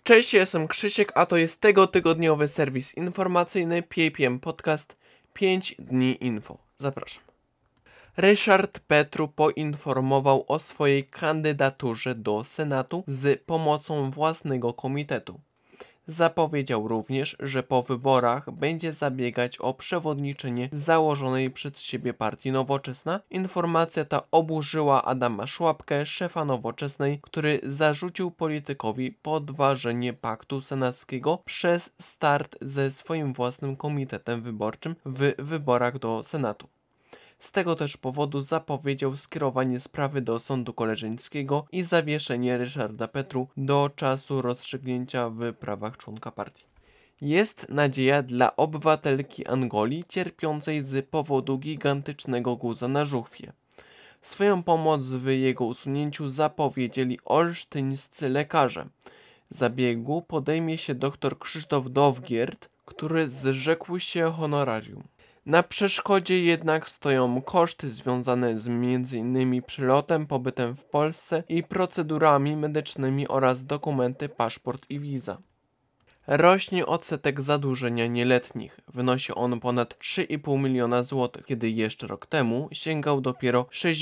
Cześć, ja jestem Krzysiek, a to jest tego tygodniowy serwis informacyjny PAPM Podcast 5 dni info. Zapraszam. Ryszard Petru poinformował o swojej kandydaturze do Senatu z pomocą własnego komitetu. Zapowiedział również, że po wyborach będzie zabiegać o przewodniczenie założonej przez siebie partii Nowoczesna. Informacja ta oburzyła Adama Szłapkę, szefa Nowoczesnej, który zarzucił politykowi podważenie paktu senackiego przez start ze swoim własnym komitetem wyborczym w wyborach do Senatu. Z tego też powodu zapowiedział skierowanie sprawy do sądu koleżeńskiego i zawieszenie Ryszarda Petru do czasu rozstrzygnięcia w prawach członka partii. Jest nadzieja dla obywatelki Angolii cierpiącej z powodu gigantycznego guza na żuchwie. Swoją pomoc w jego usunięciu zapowiedzieli olsztyńscy lekarze. Zabiegu podejmie się dr Krzysztof Dowgierd, który zrzekł się honorarium. Na przeszkodzie jednak stoją koszty związane z m.in. przylotem, pobytem w Polsce i procedurami medycznymi oraz dokumenty, paszport i wiza. Rośnie odsetek zadłużenia nieletnich. Wynosi on ponad 3,5 miliona złotych, kiedy jeszcze rok temu sięgał dopiero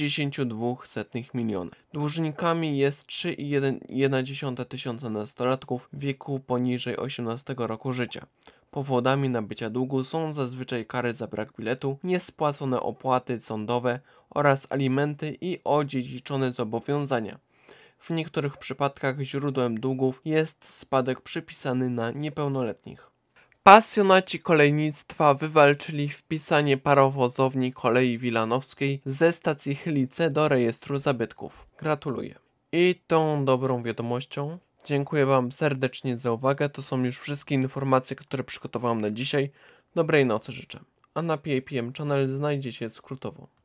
62,1 miliona. Dłużnikami jest 3,1 tysiąca nastolatków w wieku poniżej 18 roku życia. Powodami nabycia długu są zazwyczaj kary za brak biletu, niespłacone opłaty sądowe oraz alimenty i odziedziczone zobowiązania. W niektórych przypadkach źródłem długów jest spadek przypisany na niepełnoletnich. Pasjonaci kolejnictwa wywalczyli wpisanie parowozowni kolei wilanowskiej ze stacji Chylice do rejestru zabytków. Gratuluję. I tą dobrą wiadomością dziękuję Wam serdecznie za uwagę. To są już wszystkie informacje, które przygotowałem na dzisiaj. Dobrej nocy życzę. A na PAPM Channel znajdziecie skrótowo.